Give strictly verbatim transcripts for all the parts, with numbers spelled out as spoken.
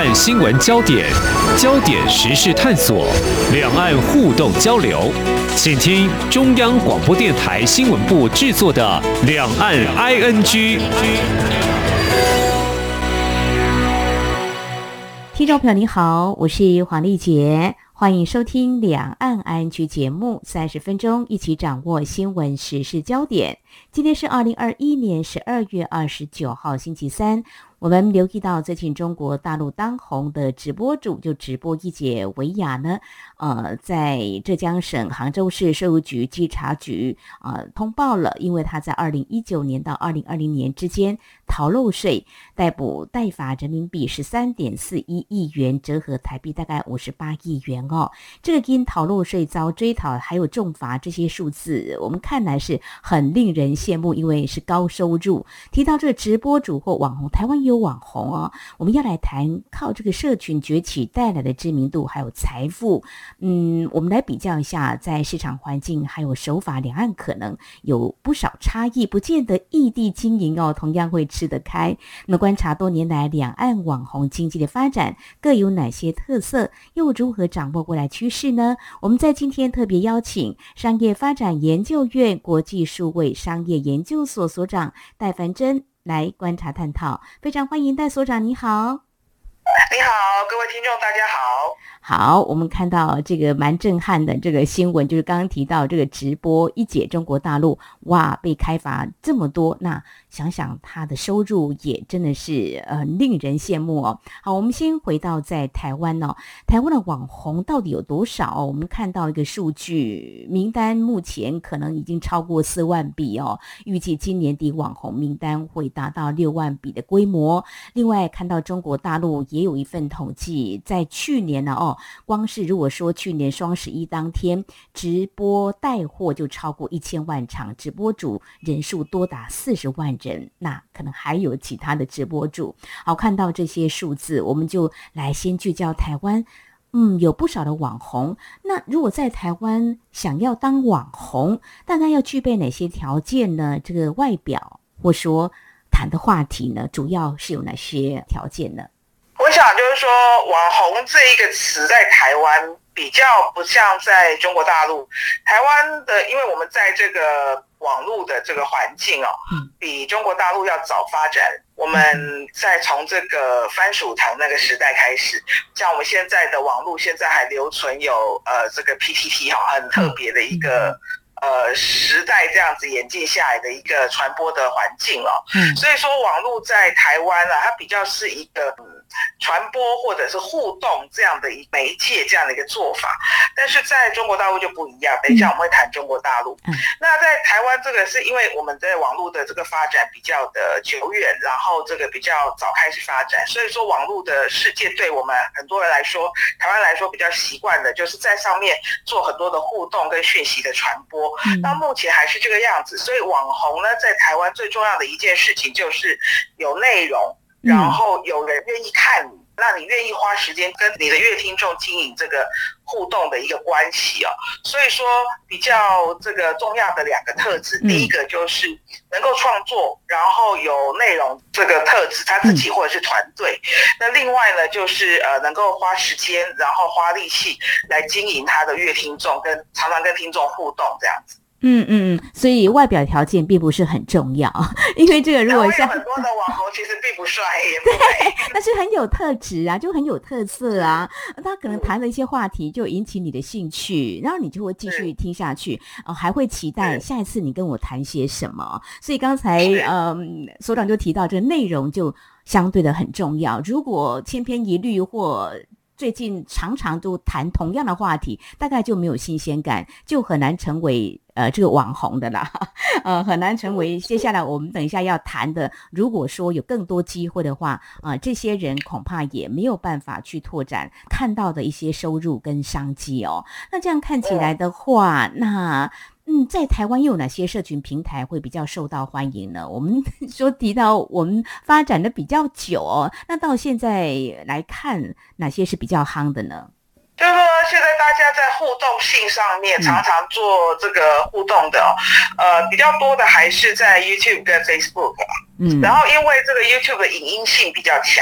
岸新闻焦点、焦点时事探索、两岸互动交流，请听中央广播电台新闻部制作的《两岸 I N G》。 听众朋友你好，我是黄丽杰，欢迎收听两岸 I N G 节目，三十分钟一起掌握新闻时事焦点。今天是二零二一年十二月二十九号星期三，我们留意到最近中国大陆当红的直播主就直播一姐维亚呢，呃，在浙江省杭州市税务局稽查局呃通报了，因为他在二零一九年到二零二零年之间逃漏税，逮捕代罚人民币十三点四一亿元，折合台币大概五十八亿元哦。这个因逃漏税遭追讨还有重罚这些数字，我们看来是很令人羡慕，因为是高收入。提到这个直播主或网红，台湾有网红哦，我们要来谈靠这个社群崛起带来的知名度还有财富。嗯，我们来比较一下，在市场环境还有手法，两岸可能有不少差异，不见得异地经营哦，同样会吃得开。那么观察多年来两岸网红经济的发展各有哪些特色，又如何掌握未来趋势呢？我们在今天特别邀请商业发展研究院国际数位商业研究所所长戴凡珍来观察探讨，非常欢迎戴所长，你好。 你好，各位听众大家好。 好，我们看到这个蛮震撼的这个新闻，就是刚刚提到这个直播一姐中国大陆哇被开罚这么多，那想想他的收入也真的是呃令人羡慕哦。好，我们先回到在台湾哦，台湾的网红到底有多少哦？我们看到一个数据名单，目前可能已经超过四万笔哦，预计今年底网红名单会达到六万笔的规模。另外看到中国大陆也有一份统计，在去年呢哦，光是如果说去年双十一当天直播带货就超过一千万场，直播主人数多达四十万人，那可能还有其他的直播主。好，看到这些数字，我们就来先聚焦台湾。嗯，有不少的网红。那如果在台湾想要当网红，大概要具备哪些条件呢？这个外表或说谈的话题呢，主要是有哪些条件呢？ 我想就是说，网红这一个词在台湾比较不像在中国大陆。台湾的，因为我们在这个网络的这个环境哦，比中国大陆要早发展。我们在从这个番薯藤那个时代开始，像我们现在的网络，现在还留存有呃这个 P T T 哈，很特别的一个。呃，时代这样子演进下来的一个传播的环境哦，嗯，所以说网络在台湾啊，它比较是一个、嗯、传播或者是互动这样的一媒介这样的一个做法，但是在中国大陆就不一样。等一下我们会谈中国大陆。嗯、那在台湾这个是因为我们在网络的这个发展比较的久远，然后这个比较早开始发展，所以说网络的世界对我们很多人来说，台湾来说比较习惯的就是在上面做很多的互动跟讯息的传播。到目前还是这个样子，所以网红呢，在台湾最重要的一件事情就是有内容，然后有人愿意看你，那你愿意花时间跟你的乐听众经营这个互动的一个关系哦。所以说比较这个重要的两个特质，第一个就是能够创作，然后有内容这个特质，他自己或者是团队。那另外呢，就是呃能够花时间，然后花力气来经营他的乐听众，跟常常跟听众互动这样子。 嗯嗯嗯，所以外表条件并不是很重要，因为这个如果像很多的网红其实并不帅也不美， 但是很有特质啊，就很有特色啊。他可能谈了一些话题就引起你的兴趣，然后你就会继续听下去，哦，还会期待下一次你跟我谈些什么。所以刚才嗯所长就提到这个内容就相对的很重要，如果千篇一律或最近常常都谈同样的话题，大概就没有新鲜感，就很难成为呃这个网红的啦，呃很难成为接下来我们等一下要谈的。如果说有更多机会的话，啊、呃、这些人恐怕也没有办法去拓展看到的一些收入跟商机哦。那这样看起来的话，那嗯，在台湾又有哪些社群平台会比较受到欢迎呢？我们说提到我们发展的比较久哦，那到现在来看，哪些是比较夯的呢？ 就是说，现在大家在互动性上面常常做这个互动的、哦嗯，呃，比较多的还是在 YouTube 跟 Facebook。嗯，然后因为这个 YouTube 的影音性比较强。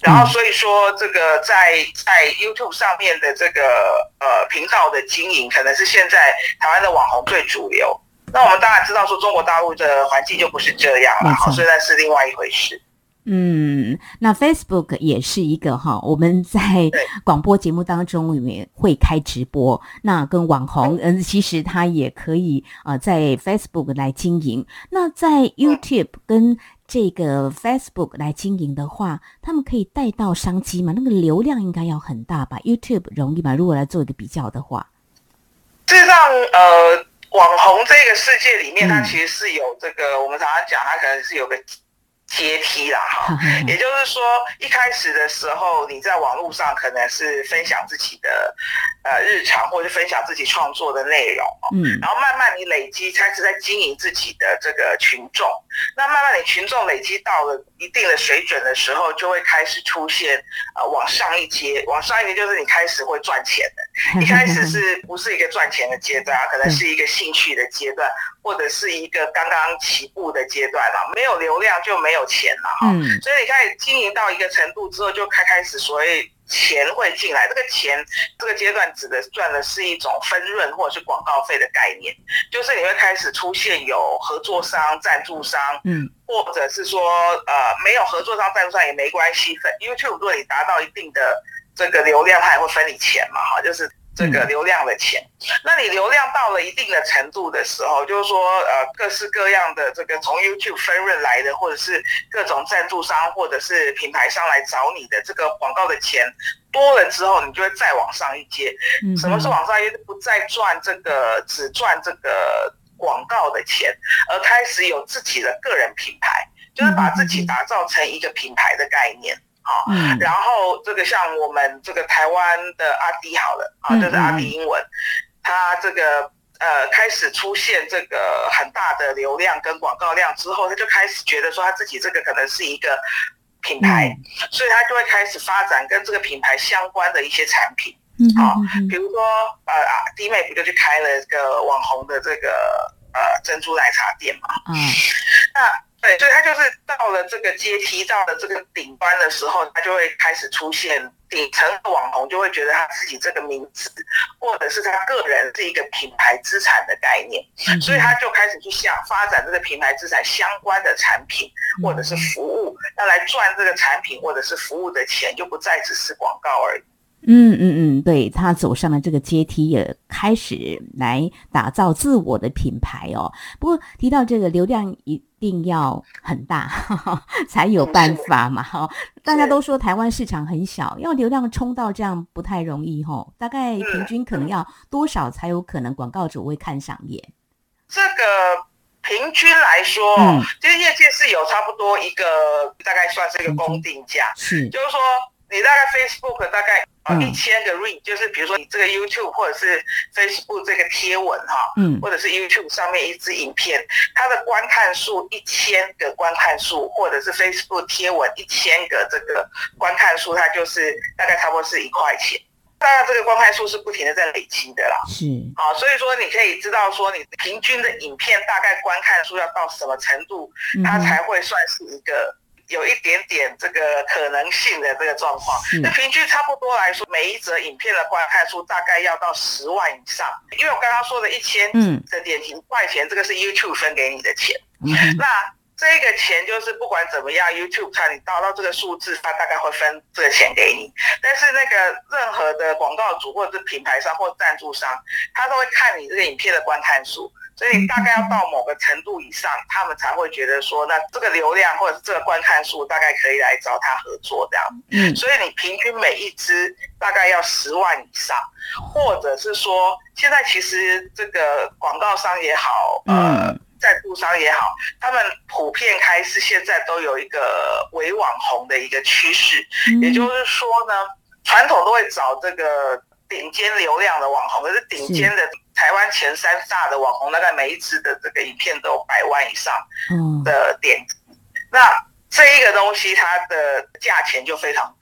然后所以说这个在在 YouTube 上面的这个呃频道的经营，可能是现在台湾的网红最主流。那我们当然知道说中国大陆的环境就不是这样了，所以那是另外一回事。 嗯，那 Facebook 也是一个哈，我们在广播节目当中里面会开直播，那跟网红嗯，其实他也可以呃在 Facebook 来经营。那在 YouTube 跟这个 Facebook 来经营的话，他们可以带到商机嘛？那个流量应该要很大吧 ？YouTube 容易吧？如果来做一个比较的话， 事实上，呃，网红这个世界里面，它其实是有这个，嗯、我们常常讲，它可能是有个阶梯啦，哈，也就是说，一开始的时候，你在网络上可能是分享自己的呃日常，或者是分享自己创作的内容，嗯，然后慢慢你累积，开始在经营自己的这个群众，那慢慢你群众累积到了一定的水准的时候，就会开始出现呃往上一阶，往上一阶就是你开始会赚钱的，一开始是不是一个赚钱的阶段，可能是一个兴趣的阶段，或者是一个刚刚起步的阶段嘛，没有流量就没有钱了哈，嗯，所以你开始经营到一个程度之后，就开开始所谓钱会进来。这个钱这个阶段指的赚的是一种分润或者是广告费的概念，就是你会开始出现有合作商、赞助商，嗯，或者是说呃没有合作商、赞助商也没关系。YouTube 如果你达到一定的这个流量，它也会分你钱嘛，哈，就是这个流量的钱，那你流量到了一定的程度的时候，就是说，呃，各式各样的这个从 YouTube 分润来的，或者是各种赞助商或者是品牌商来找你的这个广告的钱多了之后，你就会再往上一阶。嗯、什么是往上一阶？不再赚这个只赚这个广告的钱，而开始有自己的个人品牌，就是把自己打造成一个品牌的概念。好，嗯，然后这个像我们这个台湾的阿滴好了，啊，就是阿滴英文，他这个呃开始出现这个很大的流量跟广告量之后，他就开始觉得说他自己这个可能是一个品牌，嗯、所以他就会开始发展跟这个品牌相关的一些产品，好，比如说呃弟妹不就去开了这个网红的这个呃珍珠奶茶店嘛，嗯，那。对，所以他就是到了这个阶梯，到了这个顶端的时候，他就会开始出现顶层的网红，就会觉得他自己这个名字，或者是他个人是一个品牌资产的概念，嗯、所以他就开始去想发展这个品牌资产相关的产品或者是服务，要来赚这个产品或者是服务的钱，就不再只是广告而已。 嗯嗯嗯，对，他走上了这个阶梯，也开始来打造自我的品牌哦。不过提到这个流量一定要很大呵呵才有办法嘛，哈、哦，大家都说台湾市场很小，要流量冲到这样不太容易哈、哦。大概平均可能要多少才有可能广告主会看上眼？ 这个平均来说，嗯，其实业界是有差不多一个大概算是一个公定价，是，就是说。你大概 Facebook 大概啊一千个 read，、嗯、就是比如说你这个 YouTube 或者是 Facebook 这个贴文哈，嗯，或者是 YouTube 上面一支影片，它的观看数一千个观看数，或者是 Facebook 贴文一千个这个观看数，它就是大概差不多是一块钱。当然，这个观看数是不停的在累积的啦，是，好，所以说你可以知道说，你平均的影片大概观看数要到什么程度，它才会算是一个。有一点点这个可能性的这个状况，那平均差不多来说，每一则影片的观看数大概要到十万以上。因为我刚刚说的一千的点几块钱，这个是 YouTube 分给你的钱。嗯、那这个钱就是不管怎么样 ，YouTube 看你达到这个数字，它大概会分这个钱给你。但是那个任何的广告主或者是品牌商或赞助商，他都会看你这个影片的观看数。所以你大概要到某个程度以上，他们才会觉得说，那这个流量或者是这个观看数大概可以来找他合作这样。嗯，所以你平均每一支大概要十万以上，或者是说，现在其实这个广告商也好，呃，赞助商也好，他们普遍开始现在都有一个伪网红的一个趋势，也就是说呢，传统都会找这个顶尖流量的网红，可是顶尖的。台湾前三大的网红，大概每一支的这个影片都有百万以上的点击，嗯、那这一个东西它的价钱就非常高，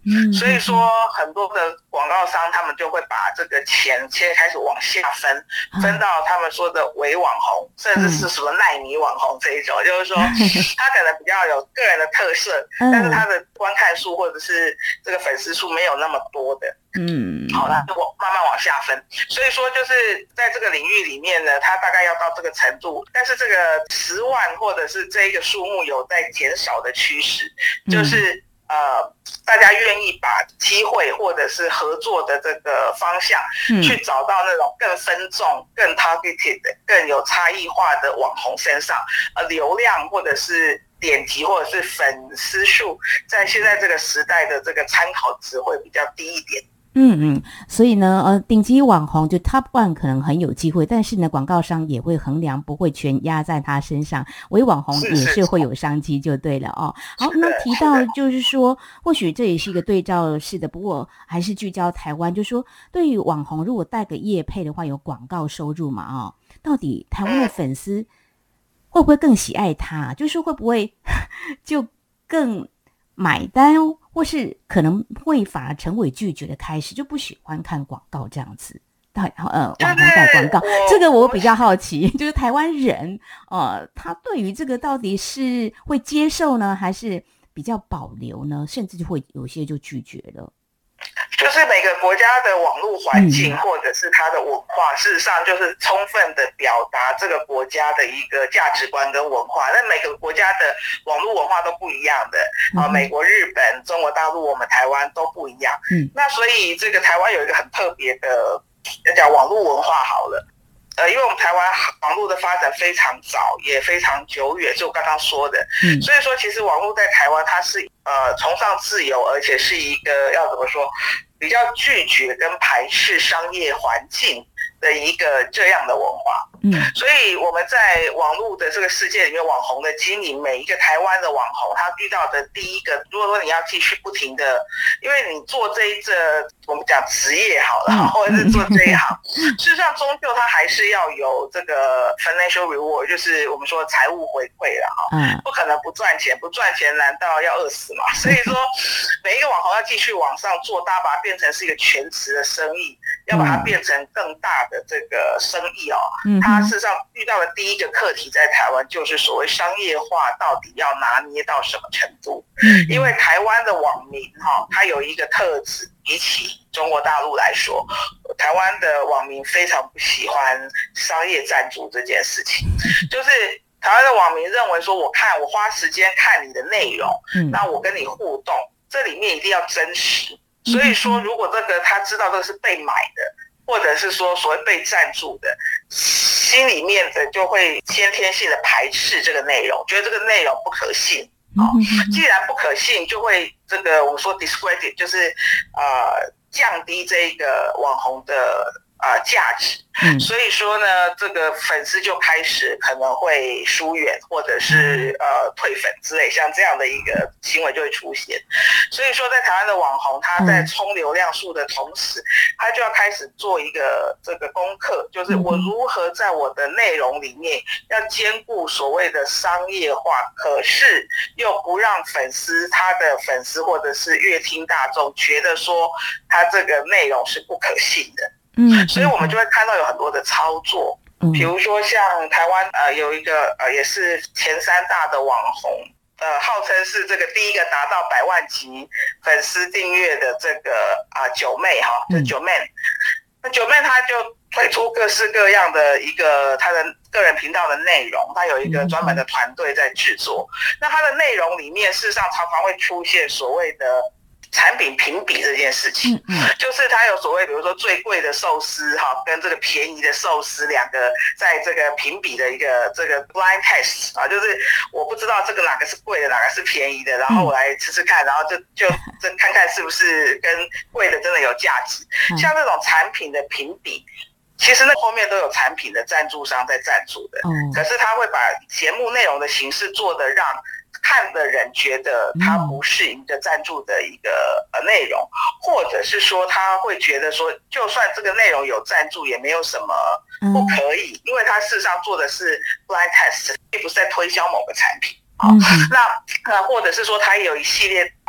嗯，所以说很多的广告商他们就会把这个钱现在开始往下分，分到他们说的伪网红，甚至是什么奈米网红这一种，就是说他可能比较有个人的特色，但是他的观看数或者是这个粉丝数没有那么多的。嗯，好了，我慢慢往下分，所以说就是在这个领域里面呢，它大概要到这个程度，但是这个十万或者是这一个数目有在减少的趋势，就是。呃，大家愿意把机会或者是合作的这个方向，嗯、去找到那种更分众、更 targeted 的、更有差异化的网红身上，呃，流量或者是点击或者是粉丝数，在现在这个时代的这个参考值会比较低一点。 嗯嗯，所以呢，呃，顶级网红就 top one 可能很有机会，但是呢，广告商也会衡量，不会全压在他身上，伪网红也是会有商机，就对了哦。好，那提到就是说，或许这也是一个对照式的，不过还是聚焦台湾，就是说，对于网红如果带个业配的话，有广告收入嘛？哦，到底台湾的粉丝会不会更喜爱他？就是会不会就更买单哦？或是可能会反而成为拒绝的开始，就不喜欢看广告这样子。呃，网红带广告，这个我比较好奇，就是台湾人，呃，他对于这个到底是会接受呢，还是比较保留呢？甚至就会有些就拒绝了。 就是每个国家的网络环境或者是它的文化，事实上就是充分的表达这个国家的一个价值观跟文化。那每个国家的网络文化都不一样的啊，美国、日本、中国大陆、我们台湾都不一样。嗯，那所以这个台湾有一个很特别的，叫网络文化好了。呃，因为我们台湾网络的发展非常早，也非常久远，就我刚刚说的，嗯，所以说其实网络在台湾它是呃崇尚自由，而且是一个要怎么说，比较拒绝跟排斥商业环境的一个这样的文化。嗯，所以我们在网络的这个世界里面，网红的经营，每一个台湾的网红，他遇到的第一个，如果说你要继续不停的，因为你做这一这我们讲职业好了，嗯、或者是做这一行，事实上终究它还是要有这个 financial reward， 就是我们说财务回馈了哈，嗯，不可能不赚钱，不赚钱难道要饿死吗？所以说每一个网红要继续往上做，大家把它变成是一个全职的生意，要把它变成更大的这个生意哦，嗯，它事实上遇到的第一个课题在台湾就是所谓商业化到底要拿捏到什么程度？嗯，因为台湾的网民哈，它有一个特质，比起中国大陆来说，台湾的网民非常不喜欢商业赞助这件事情，就是台湾的网民认为说，我看我花时间看你的内容，嗯，那我跟你互动，这里面一定要真实。所以说，如果这个他知道这个是被买的，或者是说所谓被赞助的，心里面的就会先天性的排斥这个内容，觉得这个内容不可信。哦，既然不可信，就会这个我们说 discredit， 就是呃降低这个网红的呃价值。嗯，所以说呢，这个粉丝就开始可能会疏远，或者是呃退粉之类，像这样的一个行为就会出现。所以说，在台湾的网红，他在冲流量数的同时，他就要开始做一个这个功课，就是我如何在我的内容里面要兼顾所谓的商业化，可是又不让粉丝他的粉丝或者是乐听大众觉得说他这个内容是不可信的。嗯，所以我们就会看到有很多的操作，嗯，比如说像台湾呃有一个呃也是前三大的网红，呃号称是这个第一个达到百万级粉丝订阅的这个啊、呃、九妹哈，就是九妹，那九妹她就推出各式各样的一个她的个人频道的内容，她有一个专门的团队在制作，那她的内容里面事实上常常会出现所谓的产品评比这件事情，嗯嗯，就是它有所谓，比如说最贵的寿司哈，跟这个便宜的寿司两个在这个评比的一个这个 blind test 啊，就是我不知道这个哪个是贵的，哪个是便宜的，然后我来吃吃看，然后就就就看看是不是跟贵的真的有价值。像这种产品的评比，其实那后面都有产品的赞助商在赞助的，嗯，可是他会把节目内容的形式做得让看的人觉得它不是一个赞助的一个呃内容，或者是说他会觉得说，就算这个内容有赞助，也没有什么不可以，因为他事实上做的是 blind test， 并不是在推销某个产品。哦，那呃，或者是说他有一系列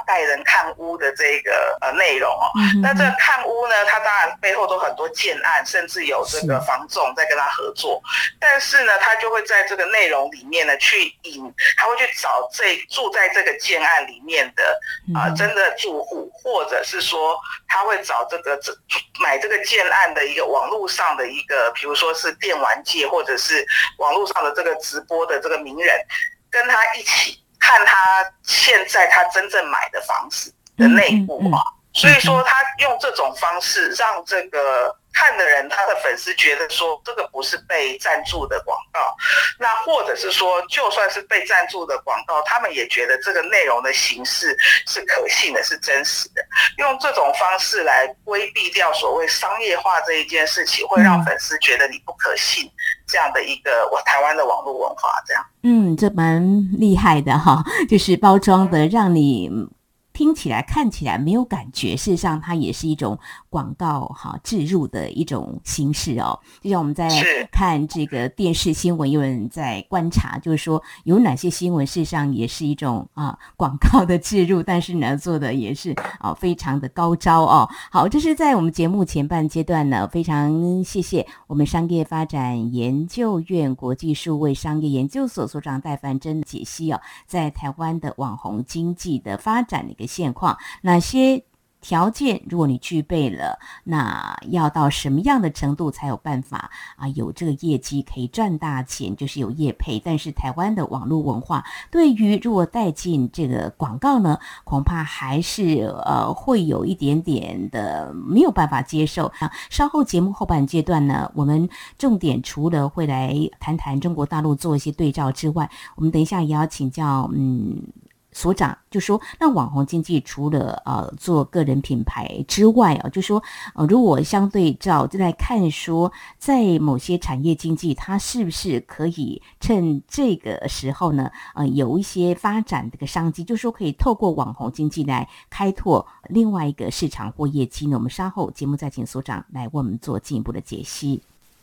带人看屋的这个呃内容哦。嗯、那这个看屋呢，它当然背后都很多建案，甚至有这个房仲在跟他合作，但是呢，他就会在这个内容里面呢去引，他会去找这住在这个建案里面的啊、呃、真的住户，或者是说他会找这个买这个建案的一个网络上的一个，比如说是电玩界或者是网络上的这个直播的这个名人，跟他一起看他现在他真正买的房子的内部啊。所以说他用这种方式让这个看的人，他的粉丝觉得说这个不是被赞助的广告，那或者是说就算是被赞助的广告，他们也觉得这个内容的形式是可信的，是真实的。用这种方式来规避掉所谓商业化这一件事情，会让粉丝觉得你不可信，这样的一个我台湾的网络文化这样。 嗯，这蛮厉害的哈，就是包装的让你听起来看起来没有感觉，事实上它也是一种广告哈置入的一种形式哦。就像我们在看这个电视新闻，有人在观察，就是说有哪些新闻事实上也是一种啊广告的置入，但是呢做的也是啊非常的高招哦。好，这是在我们节目前半阶段呢，非常谢谢我们商业发展研究院国际数位商业研究所所长戴凡珍解析哦，在台湾的网红经济的发展的一个现况，哪些条件如果你具备了，那要到什么样的程度才有办法啊有这个业绩可以赚大钱，就是有业配。但是台湾的网络文化对于如果带进这个广告呢，恐怕还是呃会有一点点的没有办法接受。稍后节目后半阶段呢，我们重点除了会来谈谈中国大陆做一些对照之外，我们等一下也要请教嗯所长就说，那网红经济除了呃做个人品牌之外啊，就说呃如果相对照就来看说，在某些产业经济，它是不是可以趁这个时候呢，呃有一些发展这个商机，就说可以透过网红经济来开拓另外一个市场或业绩呢？我们稍后节目再请所长来为我们做进一步的解析。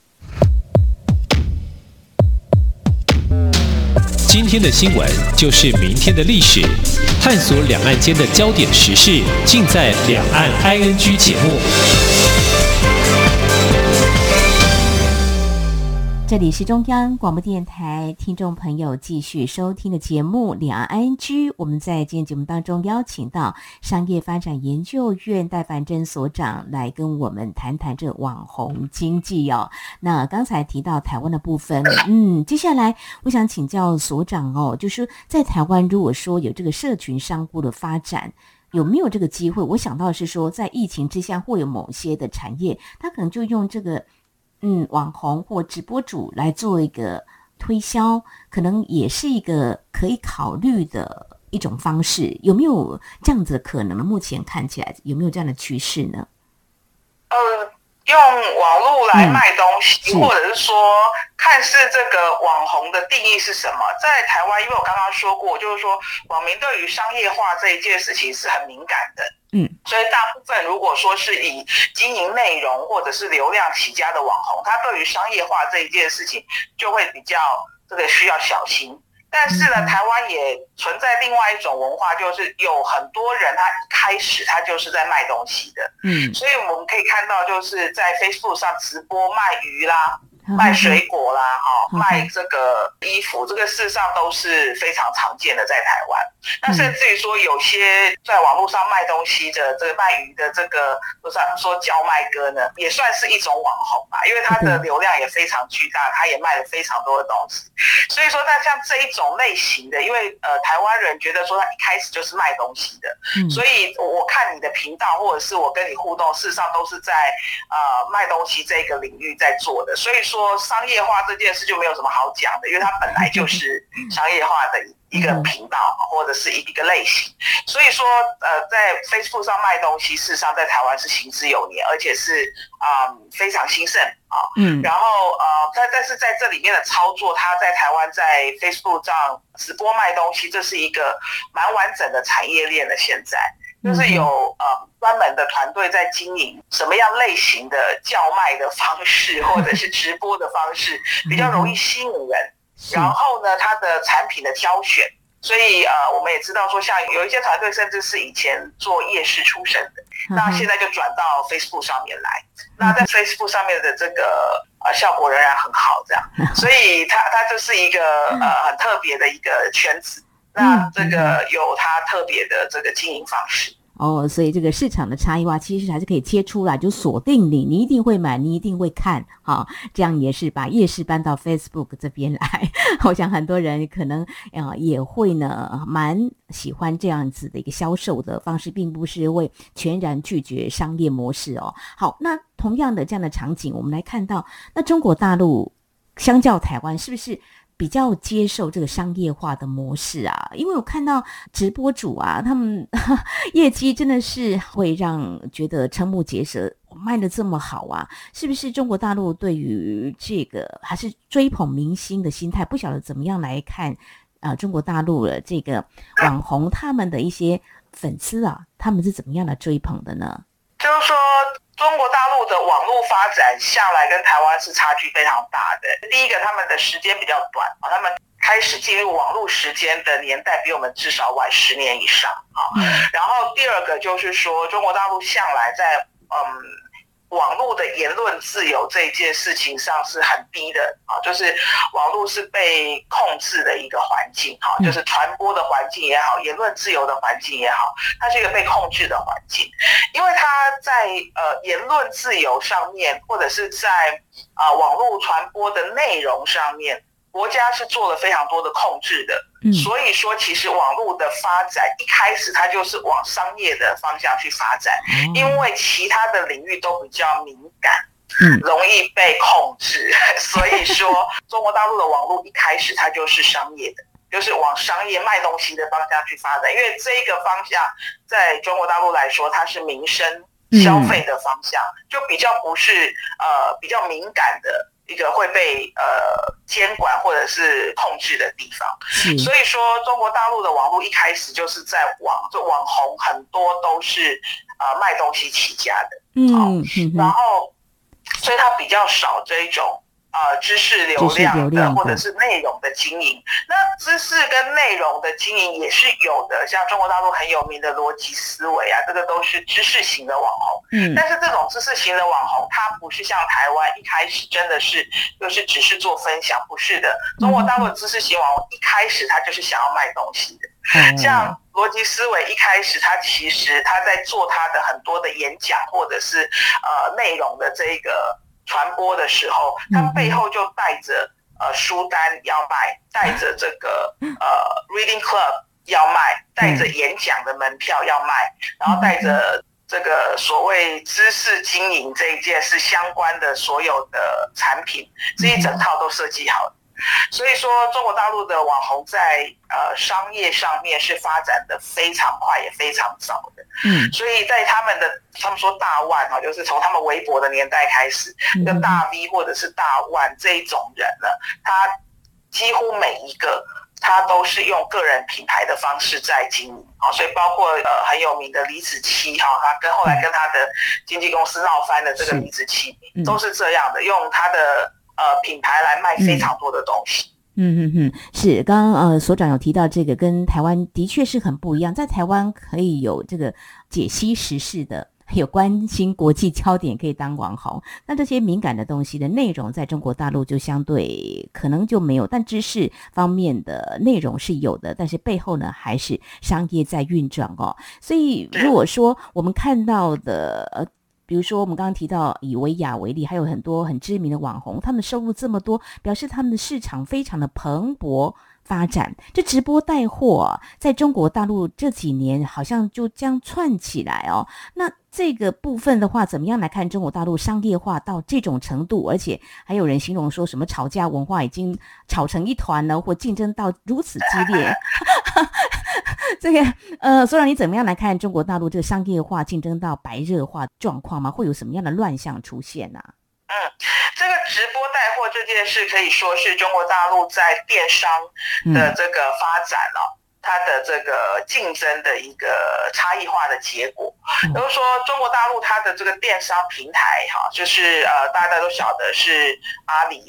今天的新闻就是明天的历史，探索两岸间的焦点时事，尽在《两岸 I N G》节目。 这里是中央广播电台听众朋友继续收听的节目两岸 I N G， 我们在今天节目当中邀请到商业发展研究院戴凡珍所长来跟我们谈谈这网红经济哦。那刚才提到台湾的部分，嗯，接下来我想请教所长哦，就是在台湾如果说有这个社群商户的发展，有没有这个机会？我想到的是说，在疫情之下，会有某些的产业，它可能就用这个嗯，网红或直播主来做一个推销，可能也是一个可以考虑的一种方式。有没有这样子的可能呢？目前看起来有没有这样的趋势呢？ 呃，用网络来卖东西，嗯、或者是说看是这个网红的定义是什么。在台湾，因为我刚刚说过，就是说网民对于商业化这一件事情是很敏感的。嗯，所以大部分如果说是以经营内容或者是流量起家的网红，他对于商业化这一件事情就会比较这个需要小心。但是呢，台湾也存在另外一种文化，就是有很多人他一开始他就是在卖东西的。嗯，所以我们可以看到，就是在 Facebook 上直播卖鱼啦。卖水果啦，哈、哦，卖这个衣服，这个事实上都是非常常见的在台湾。那甚至于说，有些在网络上卖东西的，这个卖鱼的，这个就是他们说叫卖哥呢，也算是一种网红吧，因为他的流量也非常巨大，他也卖了非常多的东西。所以说，那像这一种类型的，因为呃台湾人觉得说他一开始就是卖东西的，嗯、所以我看你的频道或者是我跟你互动，事实上都是在呃卖东西这个领域在做的，所以说。说商业化这件事就没有什么好讲的，因为它本来就是商业化的一个频道或者是一个类型，所以说呃，在 Facebook 上卖东西，事实上在台湾是行之有年，而且是啊、呃、非常兴盛啊。嗯，然后呃，但但是在这里面的操作，它在台湾在 Facebook 上直播卖东西，这是一个蛮完整的产业链的。现在就是有呃专门的团队在经营什么样类型的叫卖的方式，或者是直播的方式比较容易吸引人。然后呢，它的产品的挑选所以呃，我们也知道说，像有一些团队甚至是以前做夜市出身的，嗯、那现在就转到 Facebook 上面来。嗯、那在 Facebook 上面的这个呃效果仍然很好，这样，所以它它就是一个呃很特别的一个圈子。那这个有它特别的这个经营方式。 哦，所以这个市场的差异化其实还是可以切出来，就锁定你，你一定会买，你一定会看，好、哦，这样也是把夜市搬到 Facebook 这边来。我想很多人可能呃也会呢，蛮喜欢这样子的一个销售的方式，并不是会全然拒绝商业模式哦。好，那同样的这样的场景，我们来看到，那中国大陆相较台湾是不是比较接受这个商业化的模式啊？因为我看到直播主啊，他们业绩真的是会让觉得瞠目结舌，卖得这么好啊，是不是中国大陆对于这个还是追捧明星的心态？不晓得怎么样来看啊？中国大陆的这个网红他们的一些粉丝啊，他们是怎么样来追捧的呢？ 就是说，中国大陆的网络发展向来跟台湾是差距非常大的。第一个，他们的时间比较短，他们开始进入网络时间的年代比我们至少晚十年以上啊。然后第二个就是说，中国大陆向来在嗯网络的言论自由这件事情上是很低的啊，就是网络是被控制的一个环境哈，就是传播的环境也好，言论自由的环境也好，它是一个被控制的环境，因为它在呃言论自由上面，或者是在啊、呃、网络传播的内容上面，国家是做了非常多的控制的。所以说其实网络的发展一开始它就是往商业的方向去发展，因为其他的领域都比较敏感，容易被控制，所以说中国大陆的网络一开始它就是商业的，就是往商业卖东西的方向去发展，因为这个方向在中国大陆来说它是民生消费的方向，就比较不是呃比较敏感的一个会被呃监管或者是控制的地方。所以说中国大陆的网络一开始就是在网就网红很多都是呃卖东西起家的，嗯、哦、然后所以它比较少这一种呃知识流量的或者是内容的经营。那知识跟内容的经营也是有的，像中国大陆很有名的逻辑思维啊，这个都是知识型的网红。嗯，但是这种知识型的网红，它不是像台湾一开始真的是就是只是做分享，不是的。中国大陆的知识型网红一开始他就是想要卖东西的。嗯、像逻辑思维一开始他其实他在做他的很多的演讲或者是呃内容的这个传播的时候，他背后就带着呃书单要卖，带着这个呃 reading club 要卖，带着演讲的门票要卖，然后带着这个所谓知识经营这一件是相关的所有的产品，这一整套都设计好了。所以说中国大陆的网红在呃商业上面是发展的非常快也非常早的，嗯，所以在他们的他们说大万哈，就是从他们微博的年代开始，那个大 V 或者是大万这一种人呢，他几乎每一个他都是用个人品牌的方式在经营，所以包括呃很有名的李子柒哈，他跟后来跟他的经纪公司闹翻的这个李子柒，都是这样的，用他的呃品牌来卖非常多的东西。 嗯嗯嗯，是刚刚呃所长有提到这个跟台湾的确是很不一样，在台湾可以有这个解析时事的，有关心国际焦点可以当网红，那这些敏感的东西的内容在中国大陆就相对可能就没有，但知识方面的内容是有的，但是背后呢还是商业在运转哦。所以如果说我们看到的呃比如说我们刚刚提到以维亚为例，还有很多很知名的网红，他们收入这么多，表示他们的市场非常的蓬勃发展。这直播带货、啊、在中国大陆这几年好像就这样窜起来哦。那这个部分的话，怎么样来看中国大陆商业化到这种程度？而且还有人形容说什么吵架文化已经吵成一团了，或竞争到如此激烈。这个呃，所长你怎么样来看中国大陆这个商业化竞争到白热化状况吗？会有什么样的乱象出现呢、啊？ 嗯，这个直播带货这件事可以说是中国大陆在电商的这个发展哦。嗯，它的这个竞争的一个差异化的结果，比如说中国大陆它的这个电商平台哈，就是呃大家都晓得是阿里啦，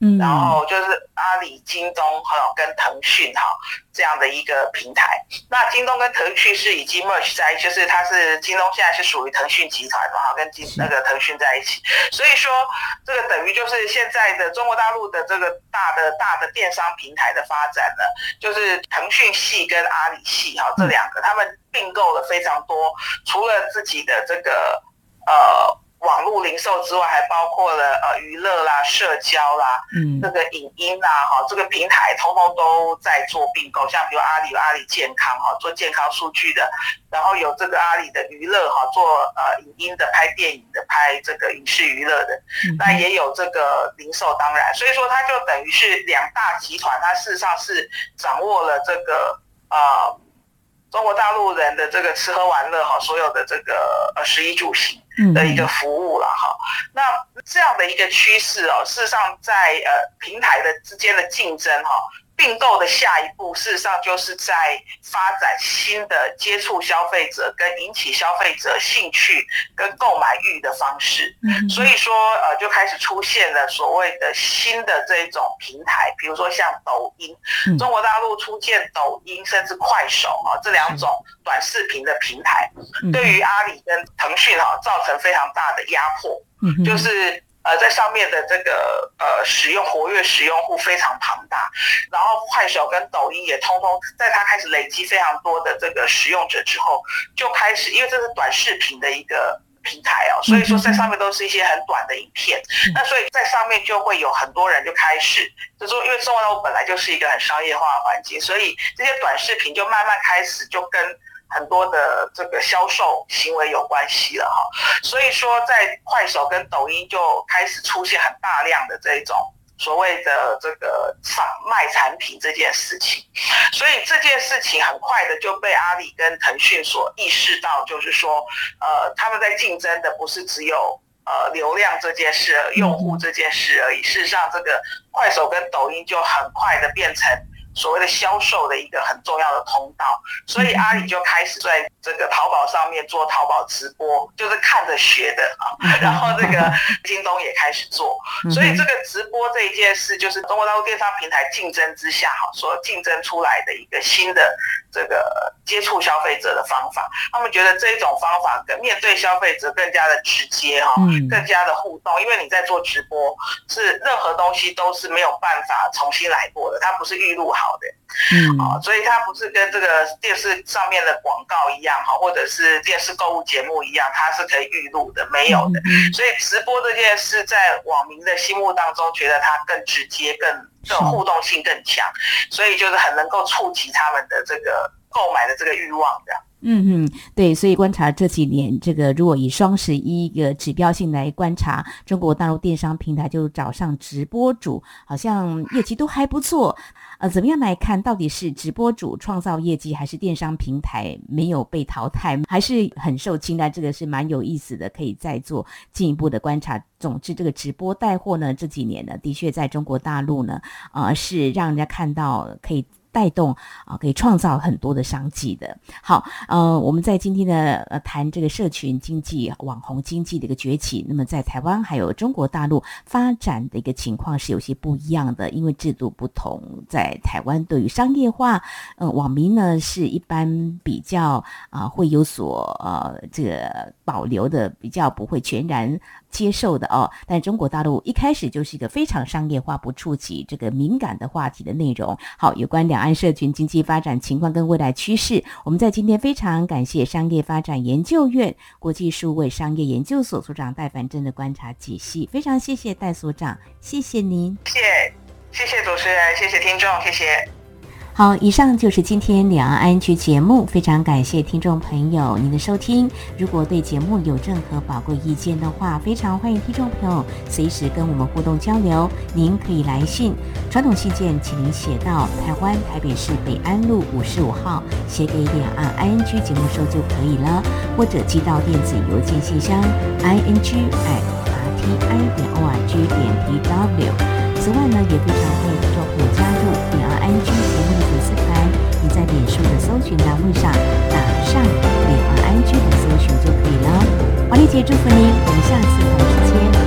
嗯，然后就是阿里、京东哈跟腾讯哈这样的一个平台。那京东跟腾讯是已经 merge 在一起，就是它是京东现在是属于腾讯集团嘛，跟京那个腾讯在一起。所以说这个等于就是现在的中国大陆的这个大的大的电商平台的发展呢，就是腾讯系跟阿里系哈这两个，他们并购了非常多，除了自己的这个呃。网络零售之外，还包括了呃娱乐啦、社交啦，嗯，这个影音啦，哈，这个平台通通都在做并购。像比如阿里有阿里健康哈，做健康数据的，然后有这个阿里的娱乐哈，做呃影音的、拍电影的、拍这个影视娱乐的，嗯、那也有这个零售，当然，所以说它就等于是两大集团，它事实上是掌握了这个呃。中国大陆人的这个吃喝玩乐哈，所有的这个呃食衣住行的一个服务了哈。那这样的一个趋势哦，事实上在呃平台的之间的竞争哈，并购的下一步，事实上就是在发展新的接触消费者跟引起消费者兴趣跟购买欲的方式。嗯、所以说呃就开始出现了所谓的新的这种平台，比如说像抖音，嗯、中国大陆出现抖音甚至快手啊这两种短视频的平台，嗯、对于阿里跟腾讯哈造成非常大的压迫，嗯、就是。呃，在上面的这个呃使用活跃使用户非常庞大，然后快手跟抖音也通通在它开始累积非常多的这个使用者之后，就开始，因为这是短视频的一个平台哦，所以说在上面都是一些很短的影片，嗯、那所以在上面就会有很多人就开始，就说因为中国大陆本来就是一个很商业化的环境，所以这些短视频就慢慢开始就跟很多的这个销售行为有关系了哈，所以说在快手跟抖音就开始出现很大量的这种所谓的这个贩卖产品这件事情，所以这件事情很快的就被阿里跟腾讯所意识到，就是说，呃，他们在竞争的不是只有呃流量这件事、用户这件事而已，事实上这个快手跟抖音就很快的变成所谓的销售的一个很重要的通道，所以阿里就开始在这个淘宝上面做淘宝直播，就是看着学的啊。然后这个京东也开始做，所以这个直播这一件事，就是中国大陆电商平台竞争之下哈所竞争出来的一个新的这个接触消费者的方法。他们觉得这种方法跟面对消费者更加的直接哈，更加的互动，因为你在做直播，是任何东西都是没有办法重新来过的，它不是预录好。好的，嗯，哦，所以它不是跟这个电视上面的广告一样哈，或者是电视购物节目一样，它是可以预录的，没有的。嗯、所以直播这件事在网民的心目当中，觉得它更直接、更这种互动性更强，所以就是很能够触及他们的这个购买的这个欲望的。 嗯嗯，对，所以观察这几年，这个如果以双十一一个指标性来观察，中国大陆电商平台就找上直播主，好像业绩都还不错。呃，怎么样来看，到底是直播主创造业绩，还是电商平台没有被淘汰，还是很受青睐？这个是蛮有意思的，可以再做进一步的观察。总之，这个直播带货呢，这几年呢，的确在中国大陆呢，呃，是让人家看到可以带动啊，可以创造很多的商机的。好，呃，我们在今天的呃谈这个社群经济、网红经济的一个崛起，那么在台湾还有中国大陆发展的一个情况是有些不一样的，因为制度不同。在台湾对于商业化，呃，网民呢是一般比较啊、呃、会有所呃这个保留的，比较不会全然接受的哦。但中国大陆一开始就是一个非常商业化，不触及这个敏感的话题的内容。好，有关两岸社群经济发展情况跟未来趋势，我们在今天非常感谢商业发展研究院国际数位商业研究所所长戴凡珍的观察解析，非常谢谢戴所长，谢谢您。 谢谢，谢谢主持人，谢谢听众，谢谢。 好，以上就是今天两岸安居节目，非常感谢听众朋友您的收听。如果对节目有任何宝贵意见的话，非常欢迎听众朋友随时跟我们互动交流。您可以来信，传统信件请您写到台湾台北市北安路五十五号，写给两岸 I N G 节目收就可以了，或者寄到电子邮件信箱 i n g at r t i 点 o r g 点 t w。此外呢，也非常欢迎听众朋友加入两岸 I N G 节目的粉丝团，你在脸书的搜寻栏位上打上两岸 I N G 的搜寻就可以了。华丽姐祝福您，我们下次同时间